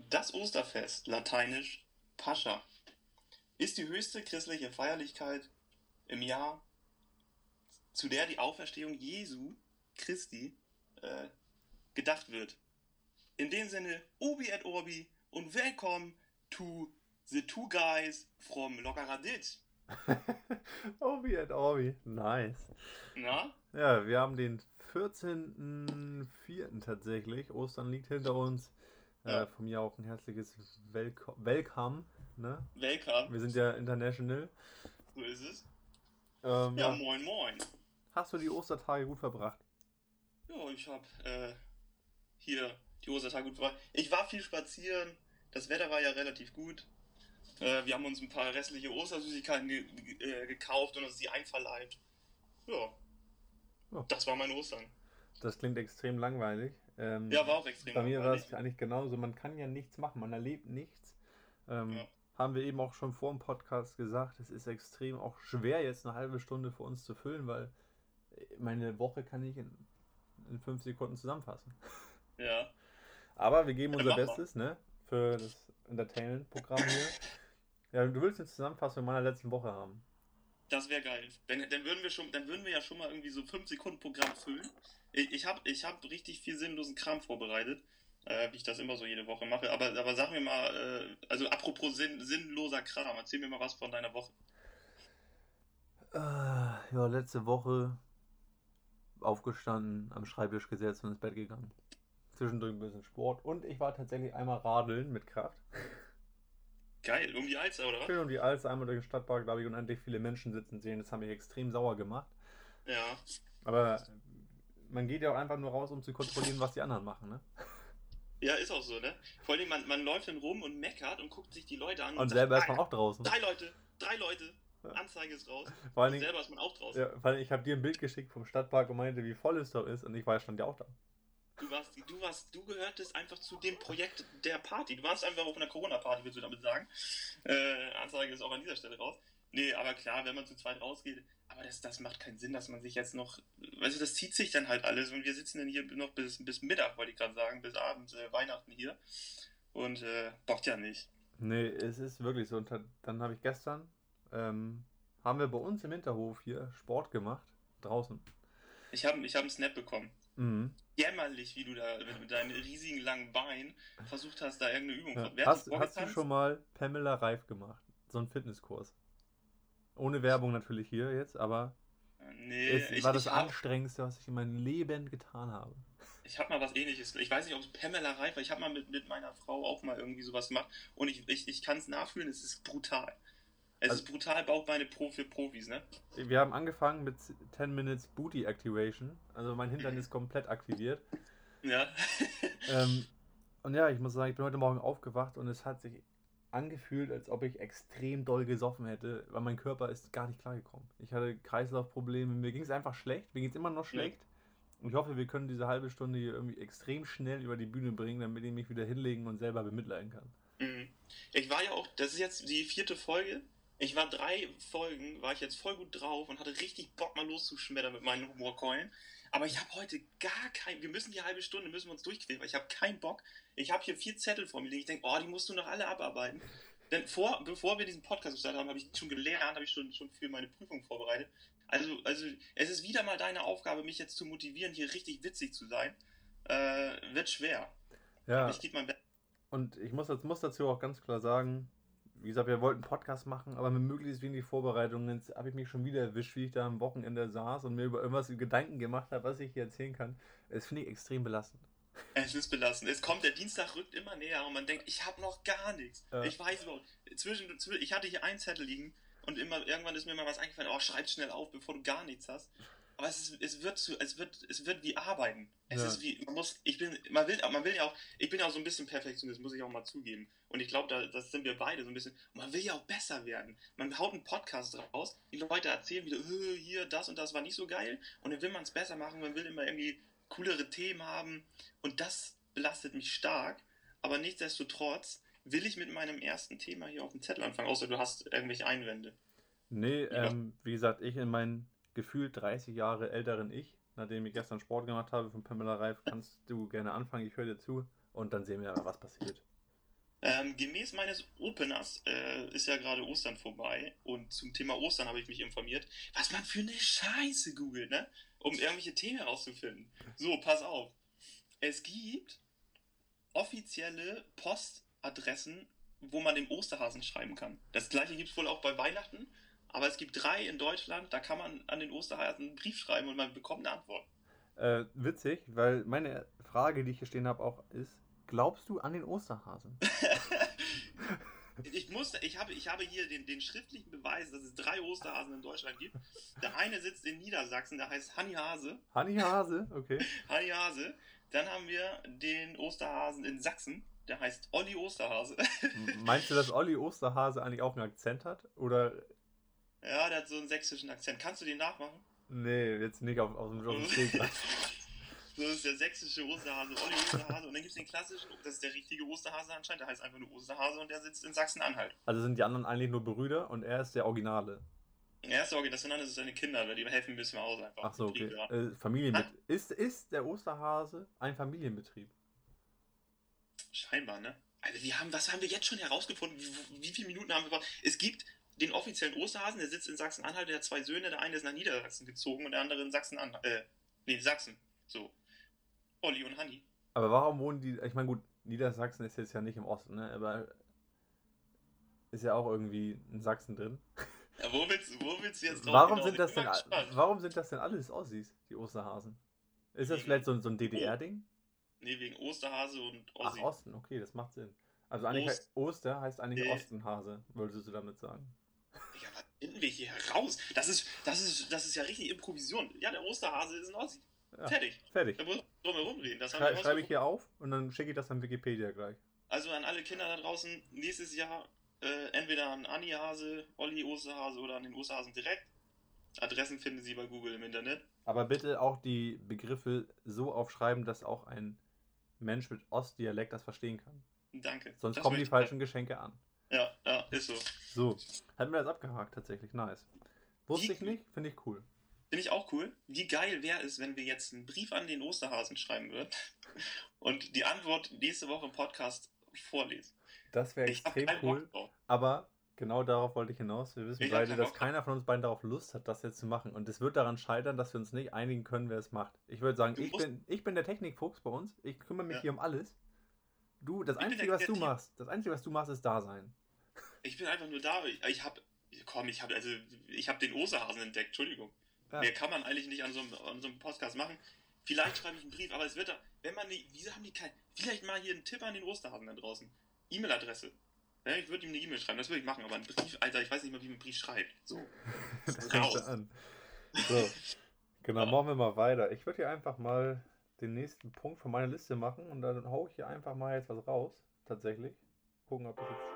Das Osterfest, lateinisch Pascha, ist die höchste christliche Feierlichkeit im Jahr, zu der die Auferstehung Jesu Christi äh, gedacht wird. In dem Sinne, Obi et Orbi und welcome to the two guys from Loggeradit. Obi and Orbi. Nice. Na? Ja, wir haben den 14.04. tatsächlich. Ostern liegt hinter uns. Ja, Von mir auch ein herzliches Welcome. Ne? welcome. Wir sind ja international. So ist es. Ja, Ja. moin moin. Hast du die Ostertage gut verbracht? Ja, ich hab hier die Ostertage gut verbracht. Ich war viel spazieren. Das Wetter war ja relativ gut. Wir haben uns ein paar restliche Ostersüßigkeiten gekauft und uns die einverleibt. Ja, Ja. das war mein Ostern. Das klingt extrem langweilig. Ja, war auch extrem Bei mir war langweilig. es eigentlich genauso. Man kann ja nichts machen, man erlebt nichts. Ja. Haben wir eben auch schon vor dem Podcast gesagt, es ist extrem auch schwer, jetzt eine halbe Stunde für uns zu füllen, weil meine Woche kann ich in 5 Sekunden zusammenfassen. Ja. Aber wir geben Ja, unser mach mal. Bestes, ne? Für das Entertainment-Programm hier. Ja, du willst eine Zusammenfassung meiner letzten Woche haben. Das wäre geil. Dann würden wir ja schon mal irgendwie so 5 Sekunden Programm füllen. Ich hab richtig viel sinnlosen Kram vorbereitet, wie ich das immer so jede Woche mache. Aber sag mir mal, also apropos sinnloser Kram, erzähl mir mal was von deiner Woche. Ja, letzte Woche aufgestanden, am Schreibtisch gesetzt und ins Bett gegangen. Zwischendurch ein bisschen Sport und ich war tatsächlich einmal radeln mit Kraft. Geil, um die Alster, oder was? Schön um die Alster, einmal durch den Stadtpark, da habe ich unendlich viele Menschen sitzen sehen. Das hat mich extrem sauer gemacht. Ja. Aber man geht ja auch einfach nur raus, um zu kontrollieren, was die anderen machen, ne? Ja, ist auch so, ne? Vor allem, man läuft dann rum und meckert und guckt sich die Leute an und Und sagt, selber ist man Alter, auch draußen. drei Leute, Anzeige ist raus. Vor allen Und Dingen, selber ist man auch draußen. ja, vor allem ich habe dir ein Bild geschickt vom Stadtpark und meinte, wie voll es doch ist. Und ich war stand ja auch da. Du gehörtest einfach zu dem Projekt der Party. Du warst einfach auf einer Corona-Party, würdest du damit sagen. Anzeige ist auch an dieser Stelle raus. Nee, aber klar, wenn man zu zweit rausgeht, aber das macht keinen Sinn, dass man sich jetzt noch, also das zieht sich dann halt alles und wir sitzen dann hier noch bis Mittag, wollte ich gerade sagen, bis abends Weihnachten hier und bockt ja nicht. Nee, es ist wirklich so. Und dann habe ich gestern, haben wir bei uns im Hinterhof hier Sport gemacht. Draußen. Ich hab einen Snap bekommen. Mhm. Jämmerlich, wie du da mit deinen riesigen langen Beinen versucht hast, da irgendeine Übung Ja. von. Wer hat dich Hast du vorgetanzt? schon mal Pamela Reif gemacht? So einen Fitnesskurs. Ohne Werbung natürlich hier jetzt, aber Nee, es war das Anstrengendste, was ich in meinem Leben getan habe. ich hab mal was ähnliches. Ich weiß nicht, ob es Pamela Reif war. Ich habe mal mit meiner Frau auch mal irgendwie sowas gemacht. Und ich kann es nachfühlen, es ist brutal. Es Also, ist brutal Bauchbeine für Profis, ne? wir haben angefangen mit 10 Minutes Booty Activation. Also mein Hintern ist komplett aktiviert. Ja. Ähm, und ja, ich muss sagen, ich bin heute Morgen aufgewacht und es hat sich angefühlt, als ob ich extrem doll gesoffen hätte, weil mein Körper ist gar nicht klargekommen. Ich hatte Kreislaufprobleme, mir ging es einfach schlecht, mir geht es immer noch Ja. schlecht. Und ich hoffe, wir können diese halbe Stunde hier irgendwie extrem schnell über die Bühne bringen, damit ich mich wieder hinlegen und selber bemitleiden kann. Mhm. Ich war ja auch, das ist jetzt die 4. Folge. Ich war 3 Folgen, war ich jetzt voll gut drauf und hatte richtig Bock mal loszuschmettern mit meinen Humorkeulen. Aber ich habe heute gar kein, wir müssen die halbe Stunde, müssen wir uns durchquälen, weil ich habe keinen Bock. Ich habe hier 4 Zettel vor mir liegen. Ich denke, oh, die musst du noch alle abarbeiten. Denn bevor wir diesen Podcast gestartet haben, habe ich schon gelernt, habe ich schon für meine Prüfung vorbereitet. Also es ist wieder mal deine Aufgabe, mich jetzt zu motivieren, hier richtig witzig zu sein. Wird schwer. Aber Ja, ich gebe mein Bestes. und ich muss dazu auch ganz klar sagen, wie gesagt, wir wollten einen Podcast machen, aber mit möglichst wenig Vorbereitung. Jetzt habe ich mich schon wieder erwischt, wie ich da am Wochenende saß und mir über irgendwas Gedanken gemacht habe, was ich hier erzählen kann. Das finde ich extrem belastend. Es ist belastend. Der Dienstag rückt immer näher und man denkt, ich habe noch gar nichts. Äh, Ich weiß überhaupt. Ich hatte hier einen Zettel liegen und irgendwann ist mir mal was eingefallen. Oh, schreib schnell auf, bevor du gar nichts hast. Aber es wird wie Arbeiten. Es ja. ist wie, man will ja auch, ich bin ja auch so ein bisschen Perfektionist, muss ich auch mal zugeben. Und ich glaube, das sind wir beide so ein bisschen. Man will ja auch besser werden. Man haut einen Podcast raus, die Leute erzählen wieder, hier, das und das war nicht so geil. Und dann will man es besser machen, man will immer irgendwie coolere Themen haben. Und das belastet mich stark. Aber nichtsdestotrotz will ich mit meinem ersten Thema hier auf dem Zettel anfangen, außer du hast irgendwelche Einwände. Nee, Lieber. wie gesagt, ich in meinen gefühlt 30 Jahre älteren Ich, nachdem ich gestern Sport gemacht habe von Pamela Reif, kannst du gerne anfangen, ich höre dir zu und dann sehen wir, was passiert. Gemäß meines Openers ist ja gerade Ostern vorbei und zum Thema Ostern habe ich mich informiert, was man für eine Scheiße googelt, ne? Um irgendwelche Themen herauszufinden. So, pass auf. Es gibt offizielle Postadressen, wo man den Osterhasen schreiben kann. Das gleiche gibt es wohl auch bei Weihnachten, aber es gibt 3 in Deutschland, da kann man an den Osterhasen einen Brief schreiben und man bekommt eine Antwort. Witzig, weil meine Frage, die ich hier stehen habe, auch ist: Glaubst du an den Osterhasen? Ich habe hier den schriftlichen Beweis, dass es 3 Osterhasen in Deutschland gibt. Der eine sitzt in Niedersachsen, der heißt Hanni Hase. Hanni Hase, okay. Hanni Hase. Dann haben wir den Osterhasen in Sachsen, der heißt Olli Osterhase. Meinst du, dass Olli Osterhase eigentlich auch einen Akzent hat? Oder? Ja, der hat so einen sächsischen Akzent. Kannst du den nachmachen? Nee, jetzt nicht aus dem Stegreif. So ist der sächsische Osterhase, Olli Osterhase. Und dann gibt es den klassischen, das ist der richtige Osterhase anscheinend, der heißt einfach nur Osterhase und der sitzt in Sachsen-Anhalt. Also sind die anderen eigentlich nur Brüder und er ist der Originale. Er ist okay, das sind alles seine Kinder, weil die helfen ein bisschen aus einfach. Ach so, okay. Familienbetrieb. Ist der Osterhase ein Familienbetrieb? Scheinbar, ne? Also was haben wir jetzt schon herausgefunden? Wie viele Minuten haben wir gebraucht? Es gibt den offiziellen Osterhasen, der sitzt in Sachsen-Anhalt, der hat 2 Söhne, der eine ist nach Niedersachsen gezogen und der andere in Sachsen-Anhalt. Sachsen. So. Olli und Hanni. Aber warum wohnen die, ich meine gut, Niedersachsen ist jetzt ja nicht im Osten, ne? Aber ist ja auch irgendwie in Sachsen drin. Ja, wo willst du jetzt drauf Warum hinaus? sind das denn alles Ossis, die Osterhasen? Ist das vielleicht so ein DDR-Ding? Nee, wegen Osterhase und Ossi. Ach, Osten, okay, das macht Sinn. Also eigentlich Oster heißt eigentlich Ostenhase, wolltest du damit sagen? Ja, was finden wir hier heraus? Das ist ja richtig Improvisation. Ja, der Osterhase ist ein Ossi. Ja, Fertig. Fertig. Da muss man drum herum reden. Schreibe ich hier auf und dann schicke ich das an Wikipedia gleich. Also an alle Kinder da draußen, nächstes Jahr entweder an Anni Hase, Olli Osterhase oder an den Osterhasen direkt. Adressen finden Sie bei Google im Internet. Aber bitte auch die Begriffe so aufschreiben, dass auch ein Mensch mit Ostdialekt das verstehen kann. Danke. Sonst kommen die falschen Geschenke an. Ja, ist so. So, hatten wir das abgehakt tatsächlich. Nice. Wusste ich nicht, finde ich cool. Finde ich auch cool. Wie geil wäre es, wenn wir jetzt einen Brief an den Osterhasen schreiben würden und die Antwort nächste Woche im Podcast vorlesen. Das wäre extrem cool. Aber genau darauf wollte ich hinaus. Wir wissen beide, dass keiner von uns beiden darauf Lust hat, das jetzt zu machen. Und es wird daran scheitern, dass wir uns nicht einigen können, wer es macht. Ich würde sagen, ich bin der Technikfuchs bei uns. Ich kümmere mich hier um alles. Das Einzige, was du machst, ist da sein. Ich bin einfach nur da. Ich habe den Osterhasen entdeckt. Entschuldigung. Ja. Mehr kann man eigentlich nicht an so einem Podcast machen. Vielleicht schreibe ich einen Brief, aber es wird da, wieso haben die vielleicht mal hier einen Tipp an den Osterhasen da draußen. E-Mail-Adresse. Ja, ich würde ihm eine E-Mail schreiben, das würde ich machen, aber einen Brief, Alter, ich weiß nicht mal, wie man einen Brief schreibt. So. Raus. An. So. Genau, machen wir mal weiter. Ich würde hier einfach mal den nächsten Punkt von meiner Liste machen und dann haue ich hier einfach mal jetzt was raus. Tatsächlich. Gucken, ob ich jetzt.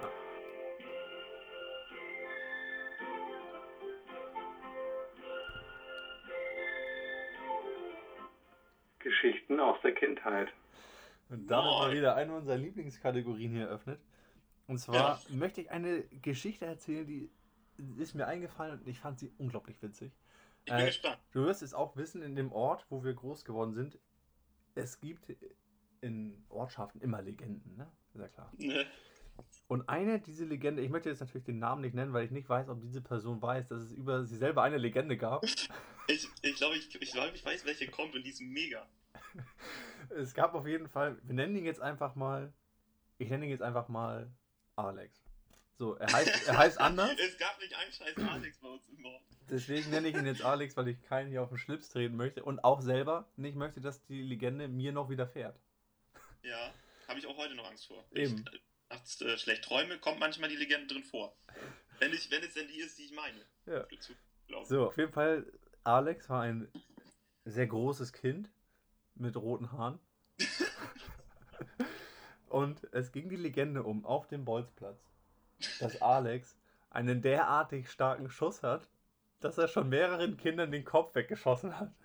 Geschichten aus der Kindheit. Und damit mal wieder eine unserer Lieblingskategorien hier eröffnet. Und zwar möchte ich eine Geschichte erzählen, die ist mir eingefallen und ich fand sie unglaublich witzig. Ich bin gespannt. Du wirst es auch wissen, in dem Ort, wo wir groß geworden sind, es gibt in Ortschaften immer Legenden, ne? Ist ja klar. Ne. Und eine dieser Legende, ich möchte jetzt natürlich den Namen nicht nennen, weil ich nicht weiß, ob diese Person weiß, dass es über sie selber eine Legende gab. Ich glaube, ich weiß, welche kommt und die ist mega. Es gab auf jeden Fall, ich nenne ihn jetzt einfach mal Alex. So, er heißt anders. Es gab nicht einen scheiß Alex bei uns im Ort. Deswegen nenne ich ihn jetzt Alex, weil ich keinen hier auf den Schlips treten möchte und auch selber nicht möchte, dass die Legende mir noch widerfährt. Ja, habe ich auch heute noch Angst vor. Eben. Nachts schlecht träume, kommt manchmal die Legende drin vor. Wenn es denn die ist, die ich meine. Ja. So, auf jeden Fall, Alex war ein sehr großes Kind mit roten Haaren. Und es ging die Legende auf dem Bolzplatz, dass Alex einen derartig starken Schuss hat, dass er schon mehreren Kindern den Kopf weggeschossen hat.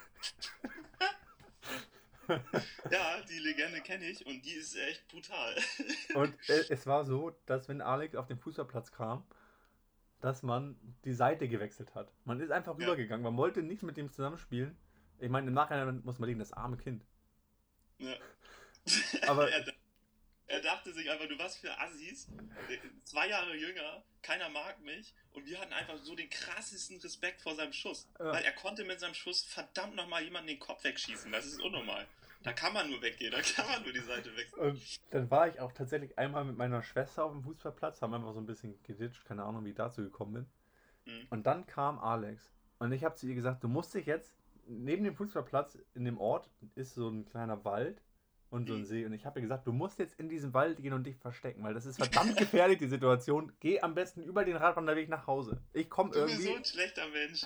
Ja, die Legende kenne ich und die ist echt brutal. Und es war so, dass wenn Alex auf den Fußballplatz kam, dass man die Seite gewechselt hat. Man ist einfach rübergegangen, man wollte nicht mit dem zusammenspielen. Ich meine, im Nachhinein muss man denken, das arme Kind. Ja. Aber Er dachte sich einfach, du was für Assis, 2 Jahre jünger, keiner mag mich und wir hatten einfach so den krassesten Respekt vor seinem Schuss. Ja. Weil er konnte mit seinem Schuss verdammt nochmal jemanden den Kopf wegschießen. Das ist unnormal. Da kann man nur weggehen, da kann man nur die Seite wechseln. Und dann war ich auch tatsächlich einmal mit meiner Schwester auf dem Fußballplatz, haben einfach so ein bisschen geditscht, keine Ahnung, wie ich dazu gekommen bin. Mhm. Und dann kam Alex und ich habe zu ihr gesagt, du musst dich jetzt, neben dem Fußballplatz in dem Ort ist so ein kleiner Wald und so ein See. Und ich habe ihr gesagt, du musst jetzt in diesen Wald gehen und dich verstecken, weil das ist verdammt gefährlich, die Situation. Geh am besten über den Radwanderweg nach Hause. Ich komme Du bist irgendwie... so ein schlechter Mensch.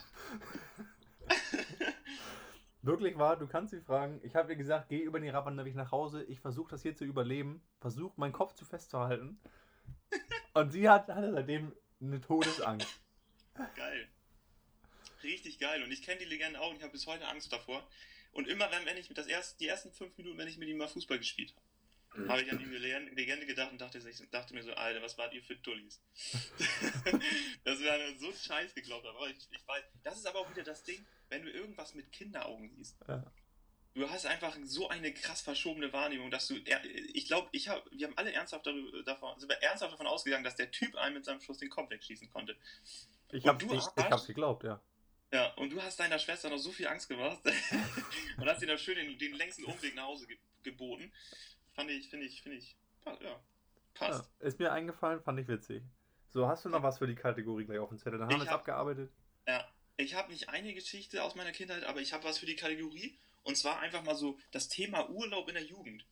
Wirklich wahr, du kannst sie fragen. Ich habe ihr gesagt, geh über den Radwanderweg nach Hause. Ich versuche das hier zu überleben. Versuche meinen Kopf zu festzuhalten. Und sie hatte seitdem eine Todesangst. Geil. Richtig geil. Und ich kenne die Legende auch und ich habe bis heute Angst davor. Und immer, wenn ich die ersten 5 Minuten, wenn ich mit ihm mal Fußball gespielt habe, habe ich an die Legende gedacht und dachte mir so, Alter, was wart ihr für Dullis? Dass wir an so einen Scheiß geglaubt haben. Aber ich weiß, das ist aber auch wieder das Ding, wenn du irgendwas mit Kinderaugen siehst. Ja. Du hast einfach so eine krass verschobene Wahrnehmung, dass du, ich glaube, wir haben alle ernsthaft davon ausgegangen, dass der Typ einem mit seinem Schuss den Kopf wegschießen konnte. Ich hab's geglaubt, ja. Ja, und du hast deiner Schwester noch so viel Angst gemacht und hast ihr dann schön den längsten Umweg nach Hause geboten. Finde ich, ja, passt. Ja, ist mir eingefallen, fand ich witzig. So, hast du noch was für die Kategorie gleich auf dem Zettel? Dann haben wir es abgearbeitet. Ja, ich habe nicht eine Geschichte aus meiner Kindheit, aber ich habe was für die Kategorie. Und zwar einfach mal so das Thema Urlaub in der Jugend.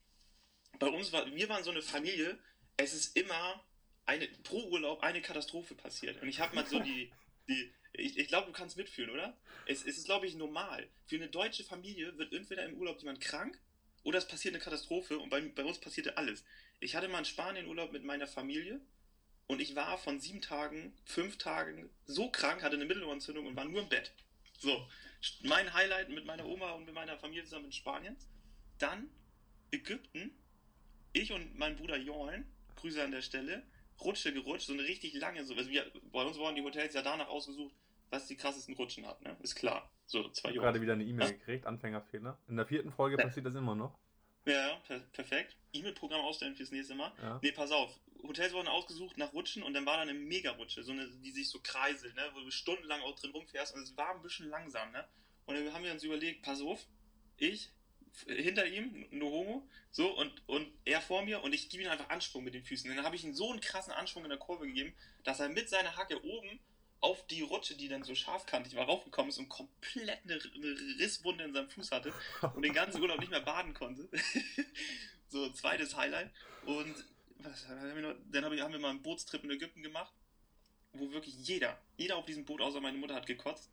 Wir waren so eine Familie, es ist immer pro Urlaub eine Katastrophe passiert. Und ich habe mal so ich glaube, du kannst mitfühlen, oder? Es ist, glaube ich, normal. Für eine deutsche Familie wird entweder im Urlaub jemand krank oder es passiert eine Katastrophe und bei uns passierte alles. Ich hatte mal in Spanien Urlaub mit meiner Familie und ich war von 7 Tagen, 5 Tagen so krank, hatte eine Mittelohrentzündung und war nur im Bett. So, mein Highlight mit meiner Oma und mit meiner Familie zusammen in Spanien. Dann Ägypten, ich und mein Bruder Jorn, Grüße an der Stelle, Rutsche gerutscht, so eine richtig lange, bei uns wurden die Hotels ja danach ausgesucht, was die krassesten Rutschen hat, ne? Ist klar. So, 2 Ich habe gerade wieder eine E-Mail gekriegt, Anfängerfehler. In der 4. Folge passiert das immer noch. Ja, perfekt. E-Mail-Programm ausstellen fürs nächste Mal. Ja. Nee, pass auf. Hotels wurden ausgesucht nach Rutschen und dann war da eine Mega-Rutsche, die sich so kreiselt, ne? Wo du stundenlang auch drin rumfährst und es war ein bisschen langsam, ne? Und dann haben wir uns überlegt, pass auf, ich hinter ihm, no homo, so, und er vor mir und ich gebe ihm einfach Ansprung mit den Füßen. Und dann habe ich ihm so einen krassen Ansprung in der Kurve gegeben, dass er mit seiner Hacke oben auf die Rutsche, die dann so scharfkantig war, raufgekommen ist und komplett eine Risswunde in seinem Fuß hatte und den ganzen Urlaub nicht mehr baden konnte. So, zweites Highlight. Und dann haben wir mal einen Bootstrip in Ägypten gemacht, wo wirklich jeder auf diesem Boot, außer meine Mutter, hat gekotzt.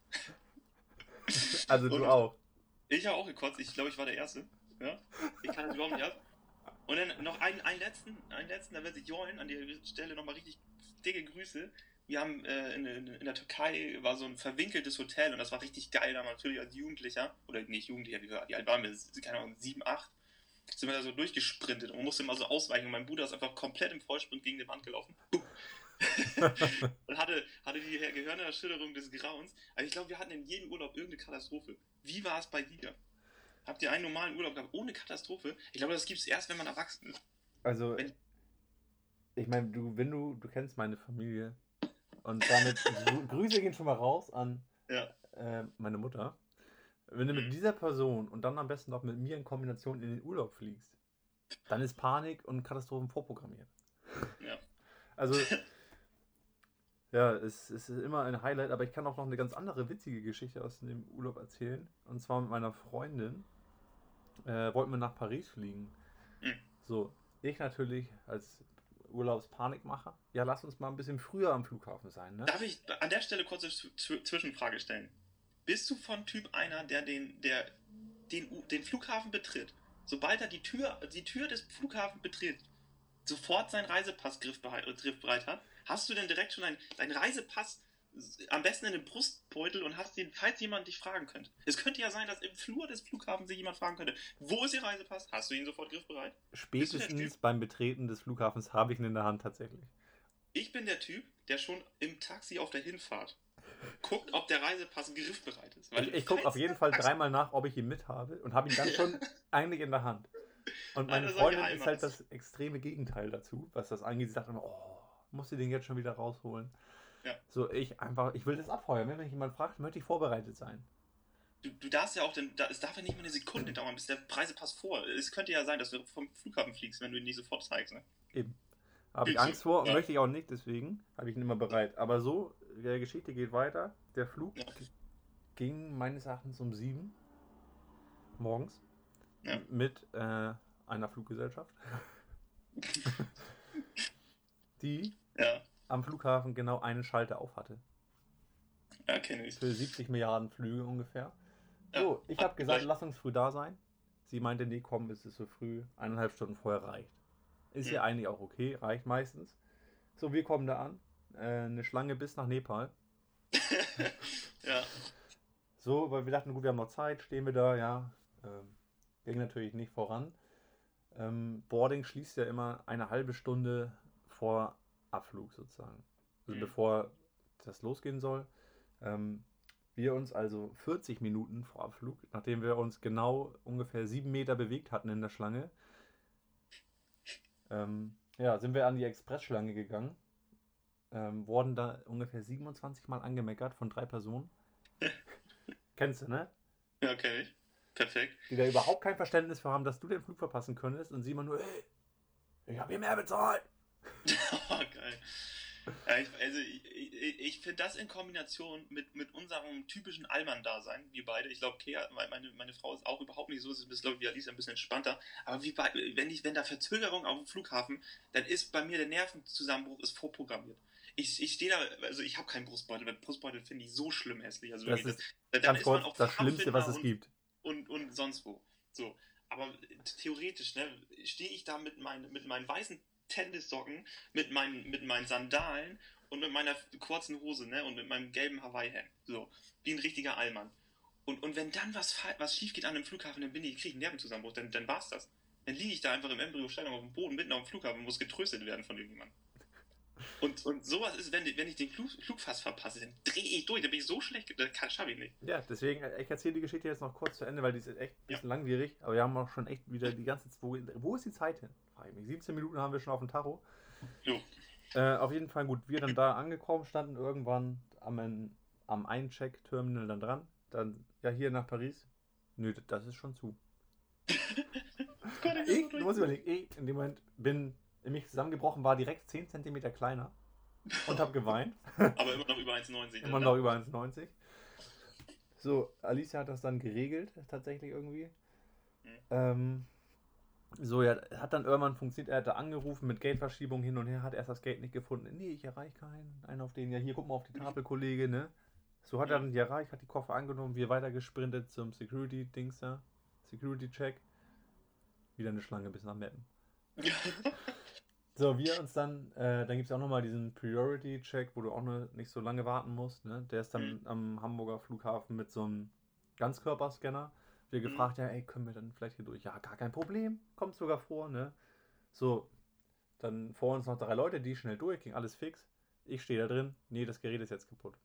Also du auch? Ich habe auch gekotzt. Ich glaube, ich war der Erste. Ja? Ich kann das überhaupt nicht ab. Und dann noch einen letzten, da wird sich Join an der Stelle nochmal richtig dicke Grüße. Wir haben in der Türkei war so ein verwinkeltes Hotel und das war richtig geil, da natürlich als Jugendlicher, oder nicht Jugendlicher, wie alt waren wir, keine Ahnung, 7, 8, sind wir da so durchgesprintet und musste mal so ausweichen und mein Bruder ist einfach komplett im Vollsprint gegen die Wand gelaufen. Und hatte die Gehirnerschütterung des Grauens. Also ich glaube, wir hatten in jedem Urlaub irgendeine Katastrophe. Wie war es bei dir? Habt ihr einen normalen Urlaub gehabt ohne Katastrophe? Ich glaube, das gibt es erst, wenn man erwachsen ist. Also, ich meine, du kennst meine Familie und damit Grüße gehen schon mal raus an meine Mutter. Wenn du mit dieser Person und dann am besten noch mit mir in Kombination in den Urlaub fliegst, dann ist Panik und Katastrophen vorprogrammiert. Ja. Also, ja, es ist immer ein Highlight, aber ich kann auch noch eine ganz andere witzige Geschichte aus dem Urlaub erzählen. Und zwar mit meiner Freundin wollten wir nach Paris fliegen. So, ich natürlich als Urlaubspanikmacher. Ja, lass uns mal ein bisschen früher am Flughafen sein, ne? Darf ich an der Stelle kurz eine Zwischenfrage stellen? Bist du von Typ einer, der den Flughafen betritt, sobald er die Tür des Flughafens betritt, sofort seinen Reisepass griffbereit hat? Hast du denn direkt schon deinen Reisepass am besten in den Brustbeutel und hast den, falls jemand dich fragen könnte? Es könnte ja sein, dass im Flur des Flughafens sich jemand fragen könnte, wo ist Ihr Reisepass? Hast du ihn sofort griffbereit? Spätestens beim Betreten des Flughafens habe ich ihn in der Hand tatsächlich. Ich bin der Typ, der schon im Taxi auf der Hinfahrt guckt, ob der Reisepass griffbereit ist. Ich gucke auf jeden Fall 3-mal nach, ob ich ihn mit habe und habe ihn dann schon eigentlich in der Hand. Und meine Einer solcher Freundin Eimer ist halt ist- das extreme Gegenteil dazu, was das angeht. Sie sagt immer, oh, musst du den jetzt schon wieder rausholen? Ja. So, ich will das abfeuern. Wenn mich jemand fragt, möchte ich vorbereitet sein. Du darfst ja auch, es darf ja nicht mal eine Sekunde dauern, bis der Reisepass vor. Es könnte ja sein, dass du vom Flughafen fliegst, wenn du ihn nicht sofort zeigst. Ne? Eben. Habe ich Fliegst Angst du. vor und Ja. möchte ich auch nicht, deswegen habe ich ihn immer bereit. Aber so, die Geschichte geht weiter. Der Flug Ja. ging meines Erachtens um 7 morgens Ja. mit einer Fluggesellschaft, die Ja, am Flughafen genau einen Schalter auf hatte. ja kenne ich. Für 70 Milliarden Flüge ungefähr. Ja. So, ich habe gesagt, Gleich. lass uns früh da sein. Sie meinte, nee, komm, es ist so früh. 1,5 Stunden vorher reicht. Ist ja eigentlich auch okay, reicht meistens. So, wir kommen da an. Eine Schlange bis nach Nepal. Ja. So, weil wir dachten, gut, wir haben noch Zeit, stehen wir da, ja. Ging natürlich nicht voran. Boarding schließt ja immer eine halbe Stunde vor Abflug sozusagen. Also bevor das losgehen soll. Wir uns also 40 Minuten vor Abflug, nachdem wir uns genau ungefähr 7 Meter bewegt hatten in der Schlange, sind wir an die Expressschlange gegangen. Wurden da ungefähr 27 Mal angemeckert von 3 Personen. Kennst du, ne? Ja, kenne ich. Perfekt. Die da überhaupt kein Verständnis für haben, dass du den Flug verpassen könntest und sie immer nur, hey, ich habe hier mehr bezahlt. Oh, geil. Ja, ich finde das in Kombination mit unserem typischen Allmann-Dasein, wir beide, ich glaube, Kea, meine Frau ist auch überhaupt nicht so, es ist, glaube ich, wie Alice ein bisschen entspannter, aber wenn da Verzögerung auf dem Flughafen, dann ist bei mir der Nervenzusammenbruch ist vorprogrammiert. Ich stehe da, also ich habe keinen Brustbeutel, weil Brustbeutel finde ich so schlimm hässlich. Also Das wirklich, ist dann ganz ist man kurz auch das Schlimmste, was es und, gibt. und sonst wo. So. Aber theoretisch, ne, stehe ich da mit meinen weißen Tennissocken, mit meinen Sandalen und mit meiner kurzen Hose, ne, und mit meinem gelben Hawaii-Hemd. So, wie ein richtiger Allmann. Und wenn dann was schief geht an einem Flughafen, dann kriege ich einen Nervenzusammenbruch, dann war's das. Dann liege ich da einfach im Embryo-Stellung auf dem Boden mitten auf dem Flughafen und muss getröstet werden von irgendjemandem. Und sowas ist, wenn ich den Flug fast verpasse, dann drehe ich durch, dann bin ich so schlecht, das schaffe ich nicht. Ja, deswegen, ich erzähle die Geschichte jetzt noch kurz zu Ende, weil die ist echt ein bisschen langwierig, aber wir haben auch schon echt wieder die ganze Zeit, wo ist die Zeit hin? Frage ich mich. 17 Minuten haben wir schon auf dem Tacho. Jo. Auf jeden Fall gut, wir dann da angekommen, standen irgendwann am Eincheck-Terminal dann dran. Dann, ja, hier nach Paris. Nö, das ist schon zu. Du musst überlegen, ich in dem Moment bin in mich zusammengebrochen, war direkt 10 cm kleiner und habe geweint. Aber immer noch über 1,90. Immer noch über 1,90. So, Alicia hat das dann geregelt, tatsächlich irgendwie. So, ja, hat dann irgendwann funktioniert, er hat da angerufen mit Gateverschiebung hin und her, hat erst das Gate nicht gefunden. Nee, ich erreiche keinen. Einen auf den, ja, hier, guck mal auf die Tafel, Kollege, ne? So hat er dann die erreicht, hat die Koffer angenommen, wir weiter gesprintet zum Security-Dings da. Security-Check. Wieder eine Schlange bis nach Meppen. So, wir uns dann gibt es auch nochmal diesen Priority-Check, wo du auch nicht so lange warten musst, ne? Der ist dann am Hamburger Flughafen mit so einem Ganzkörperscanner. Wir gefragt, ja, ey, können wir dann vielleicht hier durch? Ja, gar kein Problem, kommt sogar vor, ne? So, dann vor uns noch 3 Leute, die schnell durch, ging alles fix. Ich stehe da drin, nee, das Gerät ist jetzt kaputt.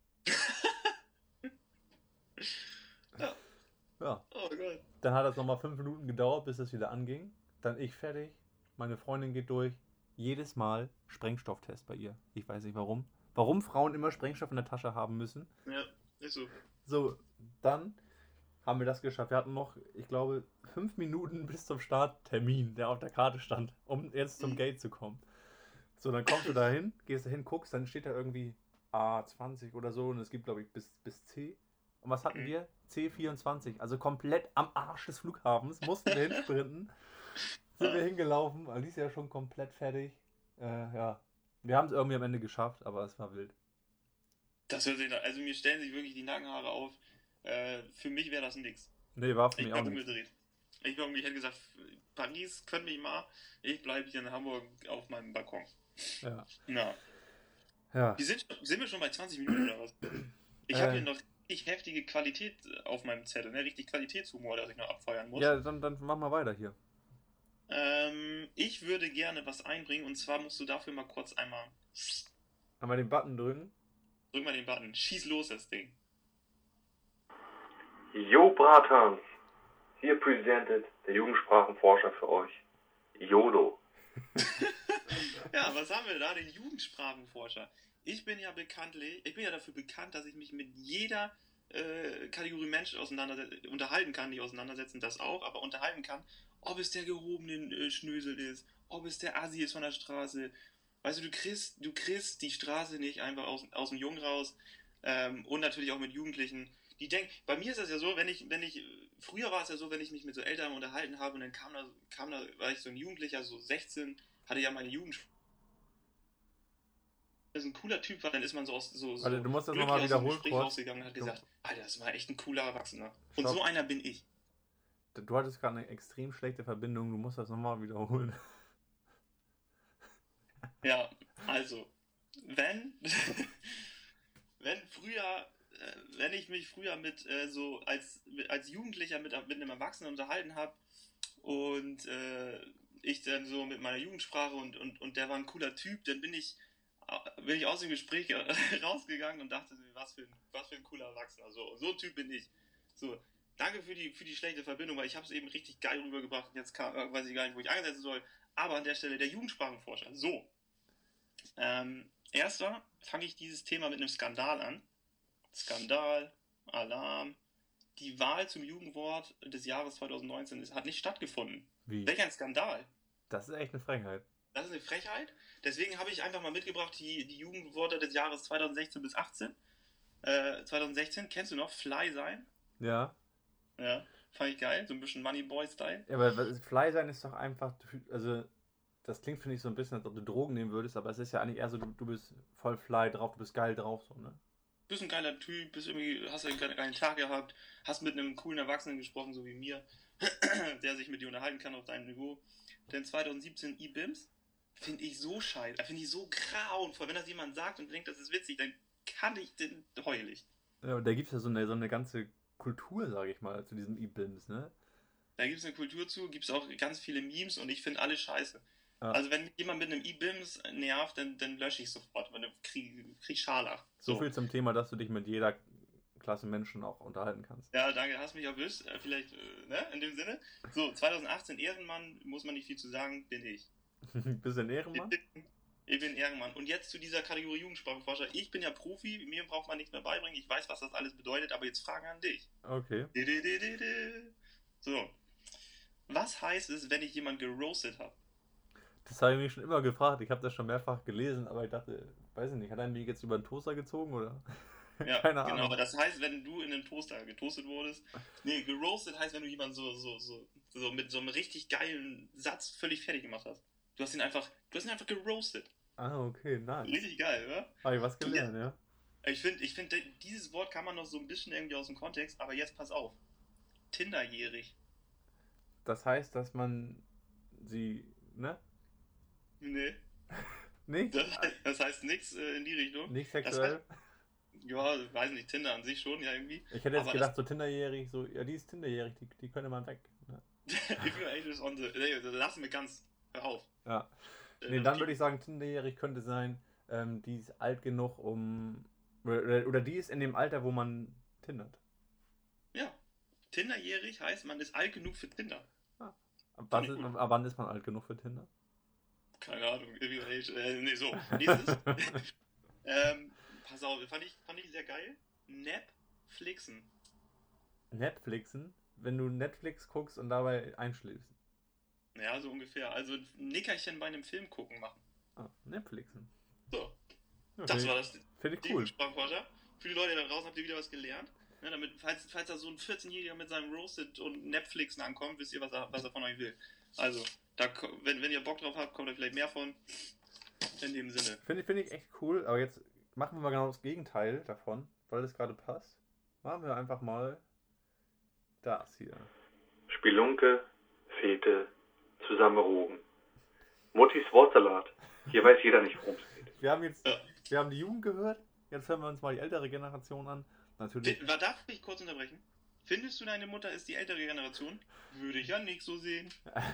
Ja. Oh Gott. Dann hat es nochmal 5 Minuten gedauert, bis es wieder anging. Dann ich fertig, meine Freundin geht durch. Jedes Mal Sprengstofftest bei ihr. Ich weiß nicht warum. Warum Frauen immer Sprengstoff in der Tasche haben müssen. Ja, ist so. So, dann haben wir das geschafft. Wir hatten noch, ich glaube, 5 Minuten bis zum Starttermin, der auf der Karte stand, um jetzt zum Gate zu kommen. So, dann kommst du da hin, gehst da hin, guckst, dann steht da irgendwie A20 oder so und es gibt, glaube ich, bis C. Und was hatten wir? C24, also komplett am Arsch des Flughafens, mussten wir hinsprinten. Sind wir hingelaufen, Alicia schon komplett fertig. Ja, wir haben es irgendwie am Ende geschafft, aber es war wild. Das hört sich, also mir stellen sich wirklich die Nackenhaare auf. Für mich wäre das nix. Nee, war für Ich mich wäre auch nicht. umgedreht. Ich hätte gesagt, Paris könnte mich mal. Ich bleibe hier in Hamburg auf meinem Balkon. Ja. Na. Ja. Sind wir schon bei 20 Minuten oder was? Ich habe hier noch richtig heftige Qualität auf meinem Zettel, ne? Richtig Qualitätshumor, das ich noch abfeuern muss. Ja, dann machen wir weiter hier. Ich würde gerne was einbringen und zwar musst du dafür mal kurz einmal. Einmal den Button drücken. Drück mal den Button. Schieß los, das Ding. Jo, Bratan. Hier präsentiert der Jugendsprachenforscher für euch, YOLO. Ja, was haben wir da? Den Jugendsprachenforscher. Ich bin ja dafür bekannt, dass ich mich mit jeder Kategorie Mensch unterhalten kann, nicht auseinandersetzen, das auch, aber unterhalten kann, ob es der gehobene Schnösel ist, ob es der Assi ist von der Straße. Weißt du, du kriegst die Straße nicht einfach aus dem Jungen raus, und natürlich auch mit Jugendlichen. Die denken, bei mir ist das ja so, früher war es ja so, wenn ich mich mit so Eltern unterhalten habe und dann war ich so ein Jugendlicher, so 16, hatte ja meine Jugend, das ein cooler Typ war, dann ist man so Warte, du musst das glücklich nochmal aus dem wiederholen Gespräch kurz. rausgegangen und hat gesagt, Alter, das war echt ein cooler Erwachsener. Und Stopp. so einer bin ich. Du hattest gerade eine extrem schlechte Verbindung, du musst das nochmal wiederholen. Ja, also, wenn ich mich früher mit als Jugendlicher mit einem Erwachsenen unterhalten habe und ich dann so mit meiner Jugendsprache und der war ein cooler Typ, dann bin ich aus dem Gespräch rausgegangen und dachte mir, was für ein cooler Erwachsener. So ein Typ bin ich. So, danke für die schlechte Verbindung, weil ich habe es eben richtig geil rübergebracht und jetzt weiß ich gar nicht, wo ich ansetzen soll. Aber an der Stelle der Jugendsprachenforscher. So, erster fange ich dieses Thema mit einem Skandal an. Skandal, Alarm. Die Wahl zum Jugendwort des Jahres 2019 hat nicht stattgefunden. Wie? Welch ein Skandal. Das ist echt eine Frechheit. Das ist eine Frechheit. Deswegen habe ich einfach mal mitgebracht die Jugendworte des Jahres 2016 bis 18. 2016, kennst du noch? Fly sein? Ja. Ja, fand ich geil. So ein bisschen Moneyboy-Style. Ja, aber Fly sein ist doch einfach, also das klingt, finde ich, so ein bisschen, als ob du Drogen nehmen würdest, aber es ist ja eigentlich eher so, du bist voll fly drauf, du bist geil drauf, so, ne? Bist ein geiler Typ, hast einen geilen Tag gehabt, hast mit einem coolen Erwachsenen gesprochen, so wie mir, der sich mit dir unterhalten kann auf deinem Niveau. Denn 2017 E-Bims finde ich so scheiße, finde ich so grauenvoll. Wenn das jemand sagt und denkt, das ist witzig, dann heul ich. Ja, und da gibt es ja so eine ganze Kultur, sage ich mal, zu diesem E-Bims, ne? Da gibt es eine Kultur zu, gibt es auch ganz viele Memes und ich finde alle scheiße. Ja. Also wenn jemand mit einem E-Bims nervt, dann lösche ich sofort, weil dann krieg Scharlach. So viel zum Thema, dass du dich mit jeder Klasse Menschen auch unterhalten kannst. Ja, danke, hast mich erwischt. Vielleicht, ne, in dem Sinne. So, 2018 Ehrenmann, muss man nicht viel zu sagen, bin ich. Bist du ein Ehrenmann? Ich bin Ehrenmann. Und jetzt zu dieser Kategorie Jugendsprachenforscher. Ich bin ja Profi, mir braucht man nichts mehr beibringen. Ich weiß, was das alles bedeutet, aber jetzt Fragen an dich. Okay. So. Was heißt es, wenn ich jemanden geroastet habe? Das habe ich mich schon immer gefragt. Ich habe das schon mehrfach gelesen, aber ich dachte, weiß ich nicht, hat er mich jetzt über den Toaster gezogen oder? Ja, Keine Ahnung. genau, aber das heißt, wenn du in den Toaster getoastet wurdest. Nee, geroastet heißt, wenn du jemanden so mit so einem richtig geilen Satz völlig fertig gemacht hast. Du hast ihn einfach geroastet. Ah, okay, nice. Richtig geil, oder? Habe ich was gelernt, ja. Ich finde, dieses Wort kann man noch so ein bisschen irgendwie aus dem Kontext, aber jetzt pass auf. Tinderjährig. Das heißt, dass man sie, ne? Nee, Nicht? das heißt nichts in die Richtung. Nicht sexuell? Ja, weiß nicht, Tinder an sich schon, ja irgendwie. Ich hätte jetzt aber gedacht, so Tinderjährig, so, ja, die ist Tinderjährig, die könnte man weg. Ne? If your age is on the... Nee, lass mir ganz... Hör auf. Ja. Nee, dann würde ich sagen, Tinderjährig könnte sein, die ist alt genug, um... Oder die ist in dem Alter, wo man tindert. Ja. Tinderjährig heißt, man ist alt genug für Tinder. Ah. Ab wann ist man alt genug für Tinder? Keine Ahnung, if your age... nee, so. Nächstes. Pass auf, fand ich sehr geil. Netflixen. Netflixen? Wenn du Netflix guckst und dabei einschläfst. Ja, so ungefähr. Also ein Nickerchen bei einem Film gucken machen. Ah, Netflixen. So. Okay. Das war das. Finde ich cool. Sprachforscher. Für die Leute da draußen habt ihr wieder was gelernt. Ne, damit, falls da so ein 14-Jähriger mit seinem Roasted und Netflixen ankommt, wisst ihr, was er von euch will. Also, wenn ihr Bock drauf habt, kommt da vielleicht mehr von. In dem Sinne. Finde ich echt cool, aber jetzt machen wir mal genau das Gegenteil davon, weil das gerade passt. Machen wir einfach mal das hier. Spelunke, Fete, zusammenrogen. Muttis Wortsalat. Hier weiß jeder nicht, worum es geht. Wir haben die Jugend gehört, jetzt hören wir uns mal die ältere Generation an. Natürlich. Darf ich kurz unterbrechen? Findest du, deine Mutter ist die ältere Generation? Würde ich ja nicht so sehen.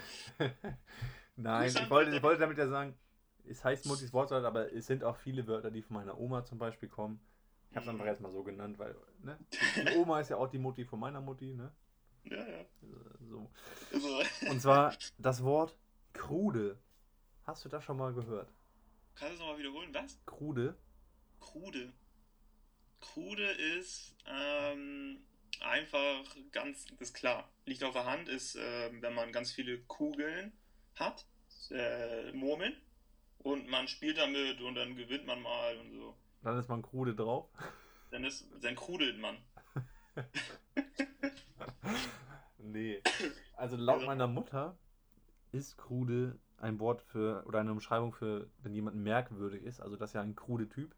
Nein, ich wollte damit ja sagen, es heißt Muttis Wortsalat, aber es sind auch viele Wörter, die von meiner Oma zum Beispiel kommen. Ich habe es einfach erstmal so genannt, weil, ne? Die Oma ist ja auch die Mutti von meiner Mutti, ne? Ja. So. Also, Und zwar das Wort krude. Hast du das schon mal gehört? kannst du es nochmal wiederholen? Was? Krude? Krude. Krude ist einfach ganz, das ist klar, liegt auf der Hand, ist, wenn man ganz viele Kugeln hat, Murmeln, und man spielt damit und dann gewinnt man mal und so. Dann ist man krude drauf. Dann krudelt man. Nee. Also laut meiner Mutter ist krude ein Wort für oder eine Umschreibung für, wenn jemand merkwürdig ist. Also das ist ja ein krude Typ.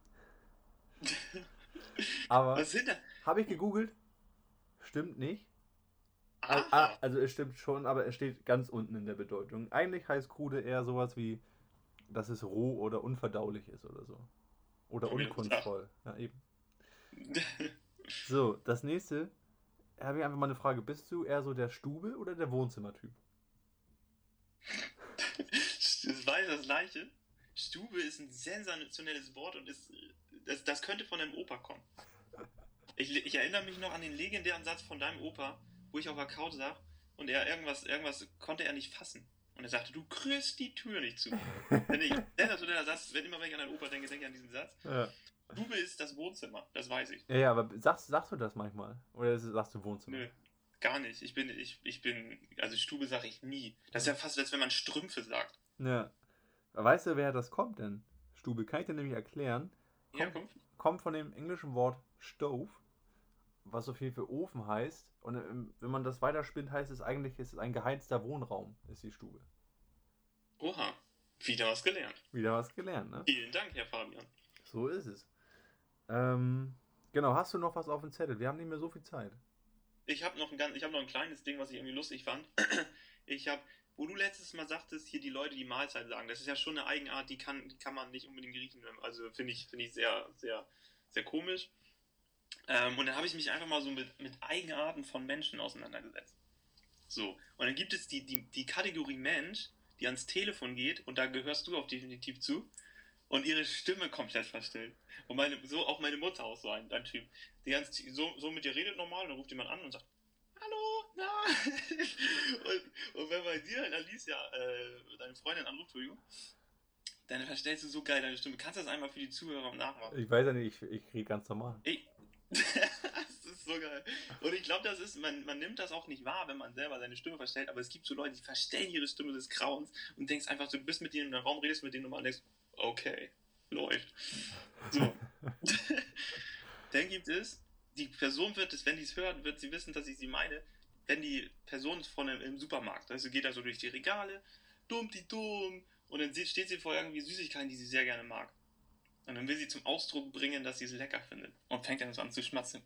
Aber Was sind da? habe ich gegoogelt? Stimmt nicht. Aha. Also es stimmt schon, aber es steht ganz unten in der Bedeutung. Eigentlich heißt krude eher sowas wie, dass es roh oder unverdaulich ist oder so. Oder Okay, unkunstvoll. Ja, eben. So, das nächste. Habe ich einfach mal eine Frage. Bist du eher so der Stube- oder der Wohnzimmertyp? Das war das Gleiche. Stube ist ein sensationelles Wort und das könnte von deinem Opa kommen. Ich erinnere mich noch an den legendären Satz von deinem Opa, wo ich auf der Couch saß und er irgendwas konnte er nicht fassen. Und er sagte, du kriegst die Tür nicht zu. Sensationeller Satz, wenn ich an deinen Opa denke ich an diesen Satz. Ja. Stube ist das Wohnzimmer, das weiß ich. Ja, aber sagst du das manchmal? Oder sagst du Wohnzimmer? Nö, gar nicht. Also Stube sage ich nie. Das ist ja fast, als wenn man Strümpfe sagt. Ja. Weißt du, wer das kommt denn? Stube, kann ich dir nämlich erklären. Ja, komm. Kommt von dem englischen Wort stove, was so viel für Ofen heißt. Und wenn man das weiterspinnt, heißt es eigentlich, es ist ein geheizter Wohnraum, ist die Stube. Oha, wieder was gelernt. Wieder was gelernt, ne? Vielen Dank, Herr Fabian. So ist es. Genau, hast du noch was auf dem Zettel? Wir haben nicht mehr so viel Zeit. Ich habe noch ein kleines Ding, was ich irgendwie lustig fand. Wo du letztes Mal sagtest, hier die Leute die Mahlzeit sagen, das ist ja schon eine Eigenart, die kann man nicht unbedingt riechen. Also finde ich sehr, sehr, sehr komisch. Und dann habe ich mich einfach mal so mit Eigenarten von Menschen auseinandergesetzt. So, und dann gibt es die Kategorie Mensch, die ans Telefon geht, und da gehörst du auch definitiv zu, und ihre Stimme komplett verstellt. Und auch meine Mutter auch so ein Typ. So mit dir redet normal, und dann ruft jemand an und sagt, hallo, na? und wenn bei dir, Alicia, deine Freundin anruft, Entschuldigung, dann verstellst du so geil deine Stimme. Kannst du das einmal für die Zuhörer nachmachen? Ich weiß ja nicht, ich kriege ganz normal. Das ist so geil. Und ich glaube, man nimmt das auch nicht wahr, wenn man selber seine Stimme verstellt, aber es gibt so Leute, die verstellen ihre Stimme des Grauens und denkst einfach so, du bist mit denen in einem Raum, redest mit denen und denkst, okay, läuft. So. Dann gibt es, die Person wird es, wenn die es hört, wird sie wissen, dass ich sie meine, wenn die Person im Supermarkt, also geht da so durch die Regale, dumm, und dann steht sie vor irgendwie Süßigkeiten, die sie sehr gerne mag. Und dann will sie zum Ausdruck bringen, dass sie es lecker findet. Und fängt dann so an zu schmatzen.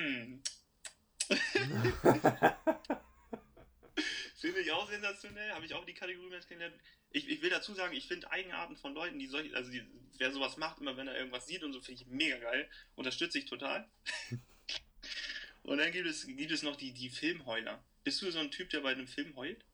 Finde ich auch sensationell. Habe ich auch die Kategorie Mensch kennengelernt. Ich will dazu sagen, ich finde Eigenarten von Leuten, wer sowas macht, immer wenn er irgendwas sieht und so, finde ich mega geil. Unterstütze ich total. Und dann gibt es noch die Filmheuler. Bist du so ein Typ, der bei einem Film heult?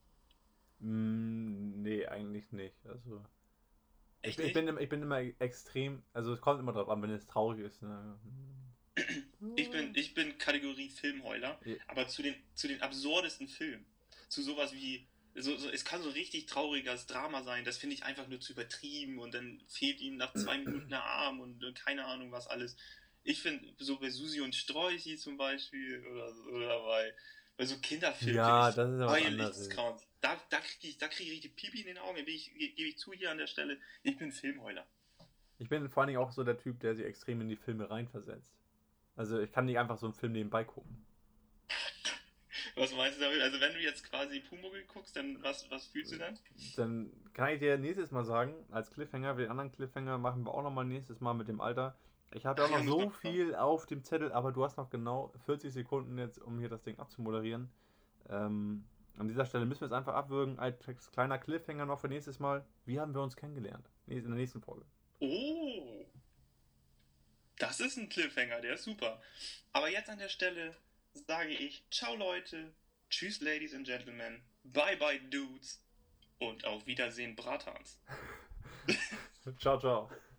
Nee, eigentlich nicht. Also. Echt Ich bin immer extrem, also es kommt immer drauf an, wenn es traurig ist. Ne? Ich bin Kategorie Filmheuler, Ja. aber zu den absurdesten Filmen. Zu sowas wie, es kann so richtig trauriges Drama sein, das finde ich einfach nur zu übertrieben und dann fehlt ihm nach 2 Minuten der Arm und keine Ahnung was alles. Ich finde, so bei Susi und Strolchi zum Beispiel oder bei so Kinderfilmen, Ja, das ist ja was anderes. Da kriege ich richtig Pipi in den Augen, gebe ich zu hier an der Stelle. Ich bin Filmheuler. Ich bin vor allen Dingen auch so der Typ, der sich extrem in die Filme reinversetzt. Also ich kann nicht einfach so einen Film nebenbei gucken. Was meinst du damit? Also wenn du jetzt quasi Pumuckl guckst, dann was fühlst du dann? Dann kann ich dir nächstes Mal sagen, als Cliffhanger, den anderen Cliffhanger machen wir auch nochmal nächstes Mal mit dem Alter. Ich habe ja auch noch so viel auf dem Zettel, aber du hast noch genau 40 Sekunden jetzt, um hier das Ding abzumoderieren. An dieser Stelle müssen wir es einfach abwürgen. Als kleiner Cliffhanger noch für nächstes Mal. Wie haben wir uns kennengelernt? In der nächsten Folge. Oh! Das ist ein Cliffhanger, der ist super. Aber jetzt an der Stelle sage ich, ciao Leute, tschüss Ladies and Gentlemen, bye bye Dudes und auf Wiedersehen Bratans. Ciao, ciao.